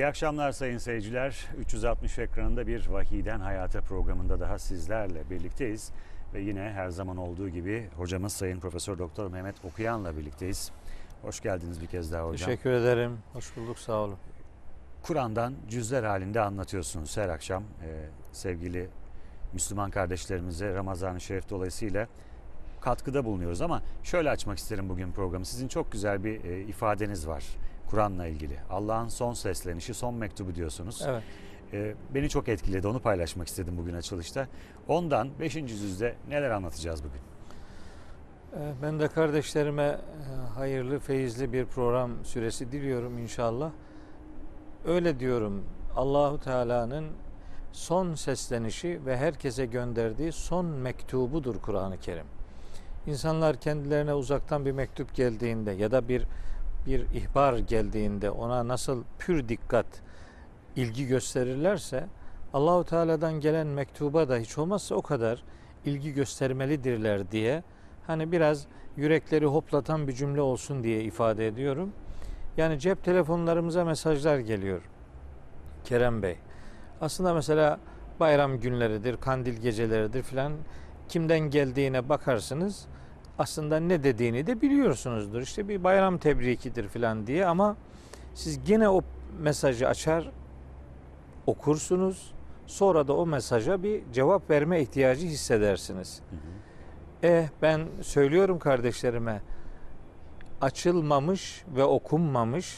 İyi akşamlar sayın seyirciler. 360 ekranında bir Vahiyden Hayata programında daha sizlerle birlikteyiz. Ve yine her zaman olduğu gibi hocamız Sayın Profesör Doktor Mehmet Okuyan'la birlikteyiz. Hoş geldiniz bir kez daha hocam. Teşekkür ederim. Hoş bulduk, sağ olun. Kur'an'dan cüzler halinde anlatıyorsunuz her akşam. Sevgili Müslüman kardeşlerimize Ramazan-ı Şerif dolayısıyla katkıda bulunuyoruz. Ama şöyle açmak isterim bugün programı. Sizin çok güzel bir ifadeniz var Kur'an'la ilgili. Allah'ın son seslenişi, son mektubu diyorsunuz. Evet. Beni çok etkiledi. Onu paylaşmak istedim bugün açılışta. Ondan 5. cüzde neler anlatacağız bugün? Ben de kardeşlerime hayırlı, feyizli bir program süresi diliyorum inşallah. Öyle diyorum. Allahu Teala'nın son seslenişi ve herkese gönderdiği son mektubudur Kur'an-ı Kerim. İnsanlar kendilerine uzaktan bir mektup geldiğinde ya da bir ihbar geldiğinde ona nasıl pür dikkat ilgi gösterirlerse Allahu Teala'dan gelen mektuba da hiç olmazsa o kadar ilgi göstermelidirler diye hani biraz yürekleri hoplatan bir cümle olsun diye ifade ediyorum. Yani cep telefonlarımıza mesajlar geliyor Kerem Bey. Aslında mesela bayram günleridir, kandil geceleridir filan, kimden geldiğine bakarsınız. Aslında ne dediğini de biliyorsunuzdur. İşte bir bayram tebrikidir filan diye, ama siz gene o mesajı açar okursunuz. Sonra da o mesaja bir cevap verme ihtiyacı hissedersiniz. Ben söylüyorum kardeşlerime, açılmamış ve okunmamış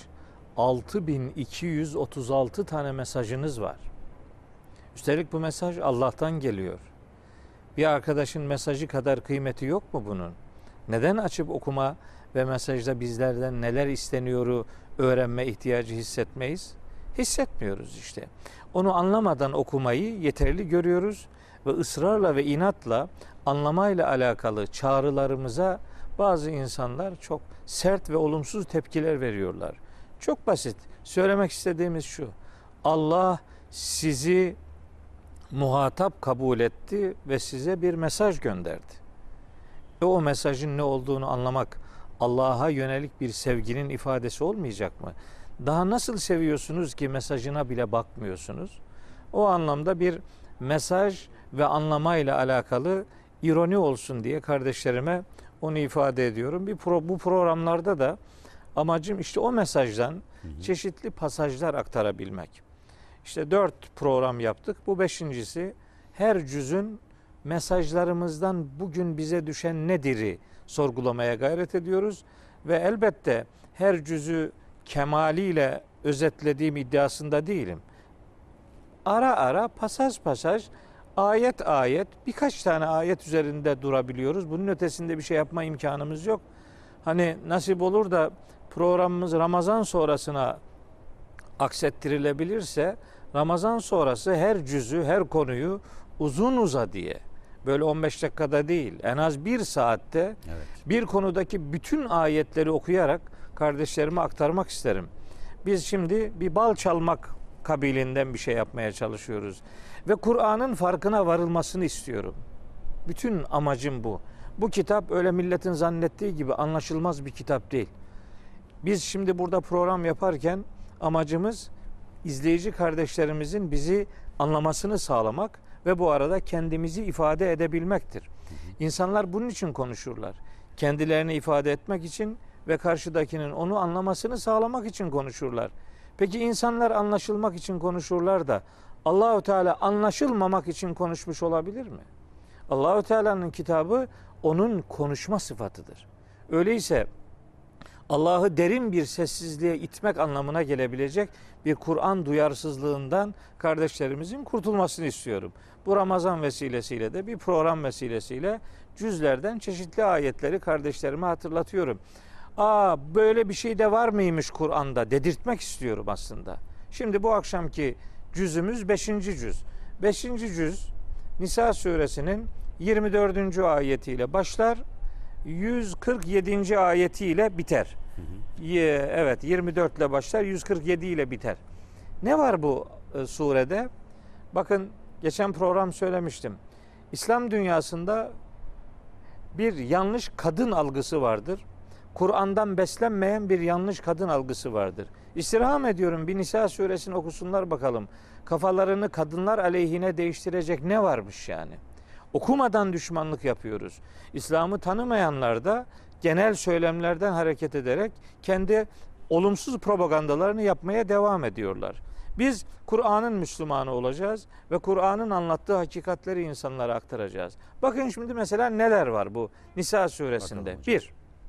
6236 tane mesajınız var. Üstelik bu mesaj Allah'tan geliyor. Bir arkadaşın mesajı kadar kıymeti yok mu bunun? Neden açıp okuma ve mesajda bizlerden neler isteniyoru öğrenme ihtiyacı hissetmeyiz? Hissetmiyoruz işte. Onu anlamadan okumayı yeterli görüyoruz ve ısrarla ve inatla anlamayla alakalı çağrılarımıza bazı insanlar çok sert ve olumsuz tepkiler veriyorlar. Çok basit. Söylemek istediğimiz şu: Allah sizi muhatap kabul etti ve size bir mesaj gönderdi. O mesajın ne olduğunu anlamak Allah'a yönelik bir sevginin ifadesi olmayacak mı? Daha nasıl seviyorsunuz ki mesajına bile bakmıyorsunuz? O anlamda bir mesaj ve anlamayla alakalı ironi olsun diye kardeşlerime onu ifade ediyorum. Bu programlarda da amacım işte o mesajdan çeşitli pasajlar aktarabilmek. İşte 4 program yaptık. Bu 5.'si her cüzün mesajlarımızdan bugün bize düşen nedir'i sorgulamaya gayret ediyoruz. Ve elbette her cüzü kemaliyle özetlediğim iddiasında değilim. Ara ara pasaj pasaj, ayet ayet, birkaç tane ayet üzerinde durabiliyoruz. Bunun ötesinde bir şey yapma imkanımız yok. Hani nasip olur da programımız Ramazan sonrasına aksettirilebilirse, Ramazan sonrası her cüzü, her konuyu uzun uzadıya, böyle 15 dakikada değil, en az 1 saatte bir konudaki bütün ayetleri okuyarak kardeşlerime aktarmak isterim. Biz şimdi bir bal çalmak kabilinden bir şey yapmaya çalışıyoruz. Ve Kur'an'ın farkına varılmasını istiyorum. Bütün amacım bu. Bu kitap öyle milletin zannettiği gibi anlaşılmaz bir kitap değil. Biz şimdi burada program yaparken amacımız izleyici kardeşlerimizin bizi anlamasını sağlamak ve bu arada kendimizi ifade edebilmektir. İnsanlar bunun için konuşurlar. Kendilerini ifade etmek için ve karşıdakinin onu anlamasını sağlamak için konuşurlar. Peki insanlar anlaşılmak için konuşurlar da Allahu Teala anlaşılmamak için konuşmuş olabilir mi? Allahu Teala'nın kitabı onun konuşma sıfatıdır. Öyleyse Allah'ı derin bir sessizliğe itmek anlamına gelebilecek bir Kur'an duyarsızlığından kardeşlerimizin kurtulmasını istiyorum. Bu Ramazan vesilesiyle de bir program vesilesiyle cüzlerden çeşitli ayetleri kardeşlerime hatırlatıyorum. Böyle bir şey de var mıymış Kur'an'da dedirtmek istiyorum aslında. Şimdi bu akşamki cüzümüz 5. cüz. 5. cüz Nisa suresinin 24. ayetiyle başlar, 147. ayetiyle biter. Evet, 24 ile başlar, 147 ile biter. Ne var bu surede? Bakın, geçen program söylemiştim. İslam dünyasında bir yanlış kadın algısı vardır. Kur'an'dan beslenmeyen bir yanlış kadın algısı vardır. İstirham ediyorum, bir Nisa suresini okusunlar bakalım. Kafalarını kadınlar aleyhine değiştirecek ne varmış yani? Okumadan düşmanlık yapıyoruz. İslam'ı tanımayanlar da genel söylemlerden hareket ederek kendi olumsuz propagandalarını yapmaya devam ediyorlar. Biz Kur'an'ın Müslümanı olacağız ve Kur'an'ın anlattığı hakikatleri insanlara aktaracağız. Bakın şimdi mesela neler var bu Nisa suresinde. Bir,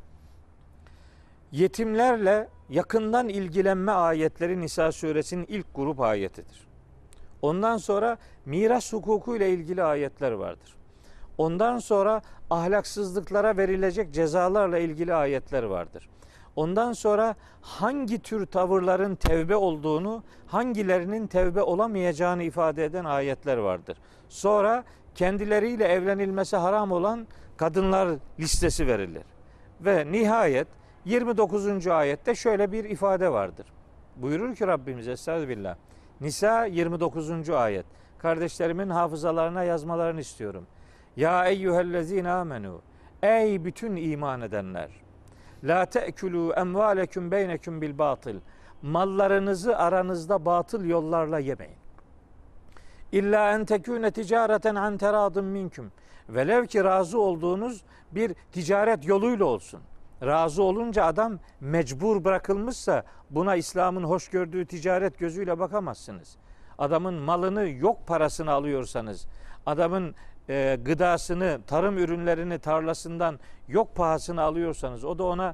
yetimlerle yakından ilgilenme ayetleri Nisa suresinin ilk grup ayetidir. Ondan sonra miras hukuku ile ilgili ayetler vardır. Ondan sonra ahlaksızlıklara verilecek cezalarla ilgili ayetler vardır. Ondan sonra hangi tür tavırların tevbe olduğunu, hangilerinin tevbe olamayacağını ifade eden ayetler vardır. Sonra kendileriyle evlenilmesi haram olan kadınlar listesi verilir. Ve nihayet 29. ayette şöyle bir ifade vardır. Buyurur ki Rabbimiz Estağfirullah. Nisa 29. ayet. Kardeşlerimin hafızalarına yazmalarını istiyorum. Ya eyyühellezine amenu. Ey bütün iman edenler. La te'külü emvaleküm beyneküm bil batıl. Mallarınızı aranızda batıl yollarla yemeyin. İlla en tekûne ticareten an teradın minküm. Velev ki razı olduğunuz bir ticaret yoluyla olsun. Razı olunca adam mecbur bırakılmışsa buna İslam'ın hoş gördüğü ticaret gözüyle bakamazsınız. Adamın malını yok parasını alıyorsanız, adamın gıdasını, tarım ürünlerini tarlasından yok pahasını alıyorsanız, o da ona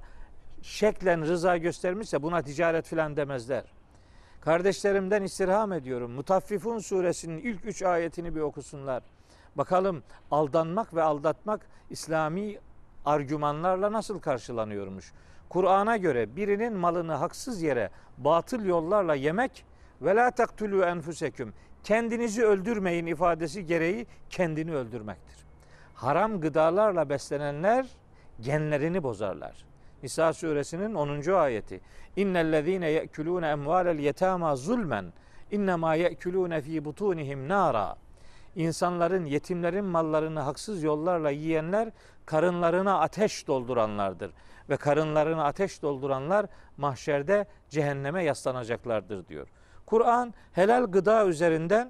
şeklen rıza göstermişse buna ticaret filan demezler. Kardeşlerimden istirham ediyorum. Mutaffifun suresinin ilk 3 ayetini bir okusunlar. Bakalım aldanmak ve aldatmak İslami argümanlarla nasıl karşılanıyormuş. Kur'an'a göre birinin malını haksız yere batıl yollarla yemek ve la taktulu enfuseküm, kendinizi öldürmeyin ifadesi gereği kendini öldürmektir. Haram gıdalarla beslenenler genlerini bozarlar. Nisa suresinin 10. ayeti. İnnellezîne ye'kulûne emvâlel yetâmâ zulmen innemâ ye'kulûne fî butûnihim nâra. İnsanların, yetimlerin mallarını haksız yollarla yiyenler karınlarına ateş dolduranlardır. Ve karınlarına ateş dolduranlar mahşerde cehenneme yaslanacaklardır diyor. Kur'an helal gıda üzerinden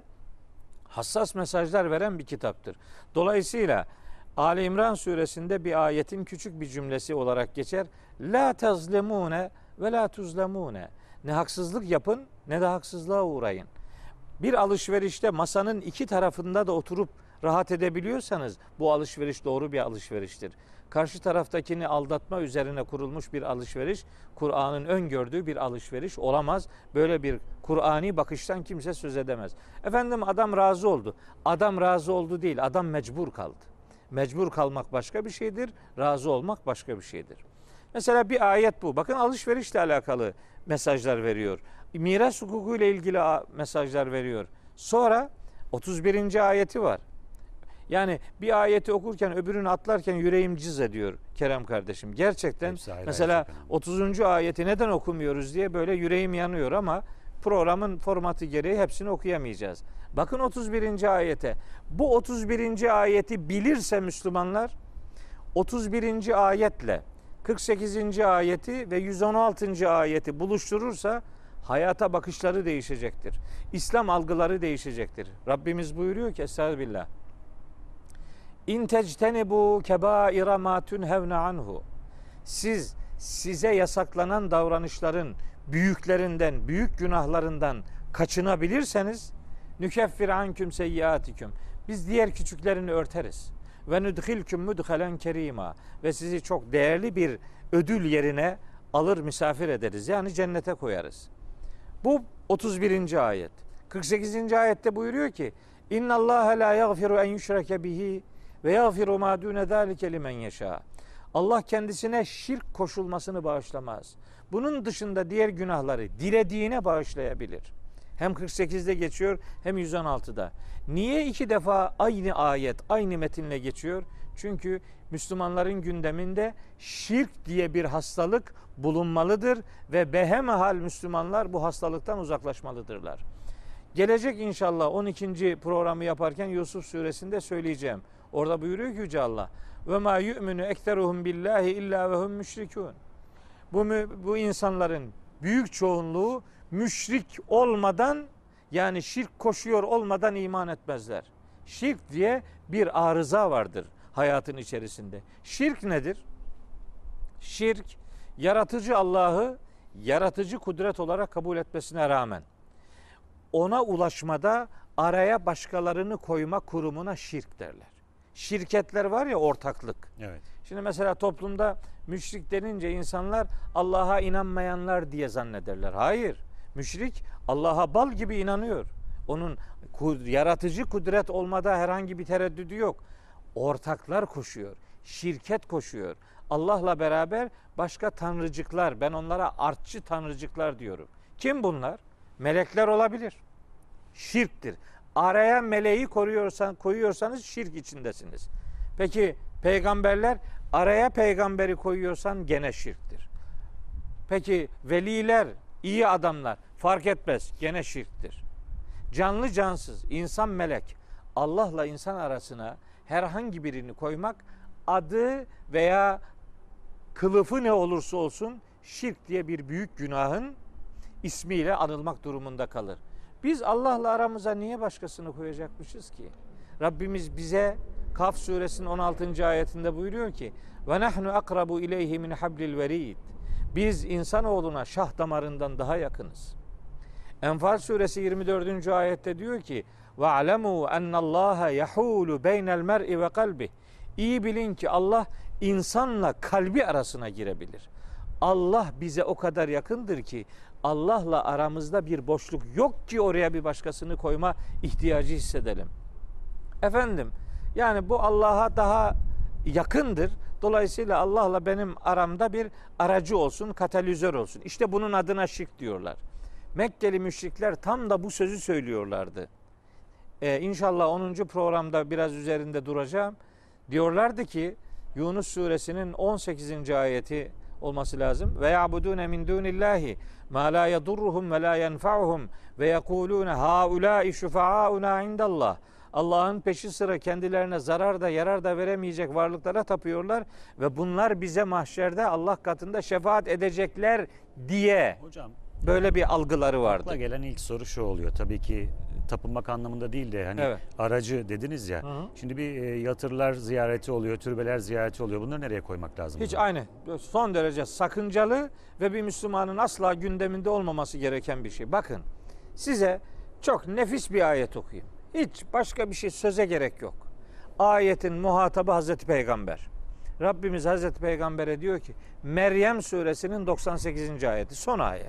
hassas mesajlar veren bir kitaptır. Dolayısıyla Ali İmran suresinde bir ayetin küçük bir cümlesi olarak geçer. La tazlemune ve la tuzlemune. Ne haksızlık yapın ne de haksızlığa uğrayın. Bir alışverişte masanın iki tarafında da oturup rahat edebiliyorsanız bu alışveriş doğru bir alışveriştir. Karşı taraftakini aldatma üzerine kurulmuş bir alışveriş, Kur'an'ın öngördüğü bir alışveriş olamaz. Böyle bir Kur'ani bakıştan kimse söz edemez. Efendim adam razı oldu. Adam razı oldu değil, adam mecbur kaldı. Mecbur kalmak başka bir şeydir, razı olmak başka bir şeydir. Mesela bir ayet bu. Bakın alışverişle alakalı mesajlar veriyor. Miras hukuku ile ilgili mesajlar veriyor. Sonra 31. ayeti var. Yani bir ayeti okurken öbürünü atlarken yüreğim cız ediyor Kerem kardeşim. Gerçekten mesela 30. ayeti neden okumuyoruz diye böyle yüreğim yanıyor ama programın formatı gereği hepsini okuyamayacağız. Bakın 31. ayete. Bu 31. ayeti bilirse Müslümanlar 31. ayetle 48. ayeti ve 116. ayeti buluşturursa hayata bakışları değişecektir. İslam algıları değişecektir. Rabbimiz buyuruyor ki Estağfirullah. İn tectenibu kebaira ma tunhevne anhu. Size yasaklanan davranışların büyüklerinden, büyük günahlarından kaçınabilirseniz nükeffir anküm seyyiatikum. Biz diğer küçüklerini örteriz. Ve nudkhilkum mudkhalen kerima. Ve sizi çok değerli bir ödül yerine alır misafir ederiz. Yani cennete koyarız. Bu 31. ayet. 48. ayette buyuruyor ki İnnallâhe lâ yagfiru en yüşreke bihi ve yagfiru mâ dûne zâlike limen yeşâ. Allah kendisine şirk koşulmasını bağışlamaz. Bunun dışında diğer günahları dilediğine bağışlayabilir. Hem 48'de geçiyor hem 116'da. Niye iki defa aynı ayet, aynı metinle geçiyor? Çünkü Müslümanların gündeminde şirk diye bir hastalık bulunmalıdır ve behemehal Müslümanlar bu hastalıktan uzaklaşmalıdırlar. Gelecek inşallah 12. programı yaparken Yusuf suresinde söyleyeceğim. Orada buyuruyor ki Yüce Allah ve ma yu'minu ekseruhum billahi illa ve hum müşrikun. Bu insanların büyük çoğunluğu müşrik olmadan, yani şirk koşuyor olmadan iman etmezler. Şirk diye bir arıza vardır hayatın içerisinde. Şirk nedir? Şirk, yaratıcı Allah'ı yaratıcı kudret olarak kabul etmesine rağmen ona ulaşmada araya başkalarını koyma kurumuna şirk derler. Şirketler var ya, ortaklık. Evet. Şimdi mesela toplumda müşrik denince insanlar Allah'a inanmayanlar diye zannederler. Hayır. Müşrik Allah'a bal gibi inanıyor. Onun yaratıcı kudret olmada herhangi bir tereddüdü yok. Ortaklar koşuyor. Şirket koşuyor. Allah'la beraber başka tanrıcıklar, ben onlara artçı tanrıcıklar diyorum. Kim bunlar? Melekler olabilir. Şirktir. Araya meleği koyuyorsanız şirk içindesiniz. Peki peygamberler, araya peygamberi koyuyorsan gene şirktir. Peki veliler, iyi adamlar, fark etmez, gene şirktir. Canlı cansız, insan melek, Allah'la insan arasına herhangi birini koymak, adı veya kılıfı ne olursa olsun şirk diye bir büyük günahın ismiyle anılmak durumunda kalır. Biz Allah'la aramıza niye başkasını koyacakmışız ki? Rabbimiz bize Kaf suresinin 16. ayetinde buyuruyor ki: "Ve nahnu akrabu ileyhi min hablil verid." Biz insanoğluna şah damarından daha yakınız. Enfal suresi 24. ayette diyor ki: "Ve alemu ennallaha yahulu beynel mer'i ve kalbi." İyi bilin ki Allah insanla kalbi arasına girebilir. Allah bize o kadar yakındır ki Allah'la aramızda bir boşluk yok ki oraya bir başkasını koyma ihtiyacı hissedelim. Efendim, yani bu Allah'a daha yakındır. Dolayısıyla Allah'la benim aramda bir aracı olsun, katalizör olsun. İşte bunun adına şirk diyorlar. Mekkeli müşrikler tam da bu sözü söylüyorlardı. İnşallah 10. programda biraz üzerinde duracağım. Diyorlardı ki, Yunus suresinin 18. ayeti olması lazım. Ve ya'budune min dunillahi ma la yedurruhum ve la yenfa'uhum ve yekulune haula'i şufa'auna indallah. Allah'ın peşi sıra kendilerine zarar da yarar da veremeyecek varlıklara tapıyorlar ve bunlar bize mahşerde Allah katında şefaat edecekler diye. Hocam, böyle bir algıları vardı. akla gelen ilk soru şu oluyor. Tabii ki tapınmak anlamında değil de hani Evet. aracı dediniz ya. Hı. Şimdi bir yatırlar ziyareti oluyor, türbeler ziyareti oluyor. Bunları nereye koymak lazım? Hiç aynı. Son derece sakıncalı ve bir Müslümanın asla gündeminde olmaması gereken bir şey. Bakın, size çok nefis bir ayet okuyayım. Hiç başka bir şey söze gerek yok. Ayetin muhatabı Hazreti Peygamber. Rabbimiz Hazreti Peygamber'e diyor ki, Meryem suresinin 98. ayeti, son ayet.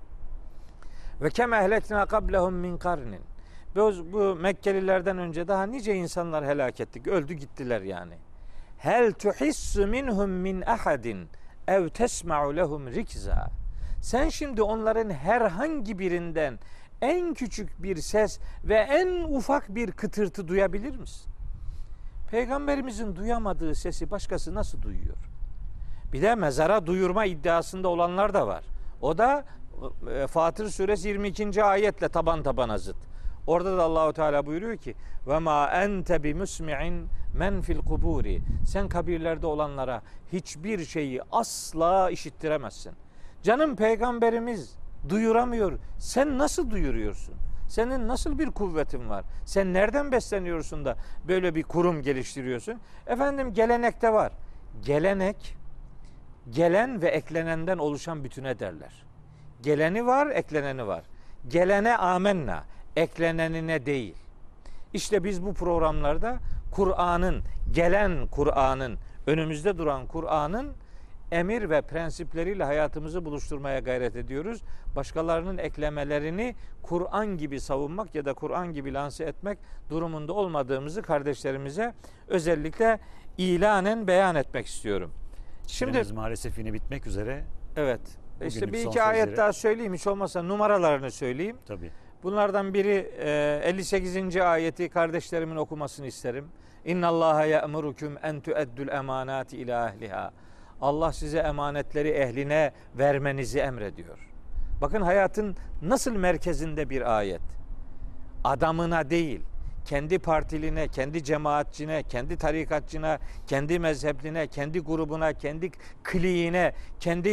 Ve kem ehlekna qablehum min karnin. Bu Mekkelilerden önce daha nice insanlar helak ettik. Öldü gittiler yani. Hel tuhissu minhum min ahadin ev tesma'u lehum rikza. Sen şimdi onların herhangi birinden en küçük bir ses ve en ufak bir kıtırtı duyabilir misin? Peygamberimizin duyamadığı sesi başkası nasıl duyuyor? Bir de mezara duyurma iddiasında olanlar da var. O da Fatır suresi 22. ayetle taban tabana zıt. Orada da Allahu Teala buyuruyor ki: "Ve ma ente bi musmi'in men fil kuburi." Sen kabirlerde olanlara hiçbir şeyi asla işittiremezsin. Canım peygamberimiz duyuramıyor. Sen nasıl duyuruyorsun? Senin nasıl bir kuvvetin var? Sen nereden besleniyorsun da böyle bir kurum geliştiriyorsun? Efendim, gelenekte var. Gelenek, gelen ve eklenenden oluşan bütüne derler. Geleni var, ekleneni var. Gelene amenna, eklenenine değil. İşte biz bu programlarda Kur'an'ın, gelen Kur'an'ın, önümüzde duran Kur'an'ın emir ve prensipleriyle hayatımızı buluşturmaya gayret ediyoruz. Başkalarının eklemelerini Kur'an gibi savunmak ya da Kur'an gibi lanse etmek durumunda olmadığımızı kardeşlerimize özellikle ilanen beyan etmek istiyorum. Şimdi maalesef yine bitmek üzere. Evet. Bugünün İşte bir son iki ayet sözleri. daha söyleyeyim. Hiç olmazsa numaralarını söyleyeyim. Tabii. Bunlardan biri 58. ayeti kardeşlerimin okumasını isterim. İnnallaha ya'murukum en tu'eddul emanati ila ehliha. Allah size emanetleri ehline vermenizi emrediyor. Bakın, hayatın nasıl merkezinde bir ayet. Adamına değil, kendi partiline, kendi cemaatçine, kendi tarikatçına, kendi mezhepline, kendi grubuna, kendi kliğine, kendi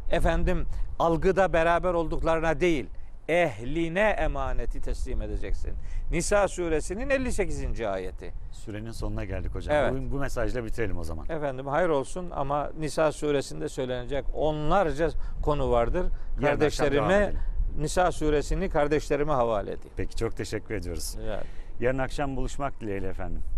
efendim algıda beraber olduklarına değil, ehline emaneti teslim edeceksin. Nisa suresinin 58. ayeti. Sürenin sonuna geldik hocam. Evet. Bu mesajla bitirelim o zaman. Efendim hayır olsun ama Nisa suresinde söylenecek onlarca konu vardır. Yarın akşam devam Kardeşlerime edelim. Nisa suresini kardeşlerime havale edeyim. Peki çok teşekkür ediyoruz. Evet. Yarın akşam buluşmak dileğiyle efendim.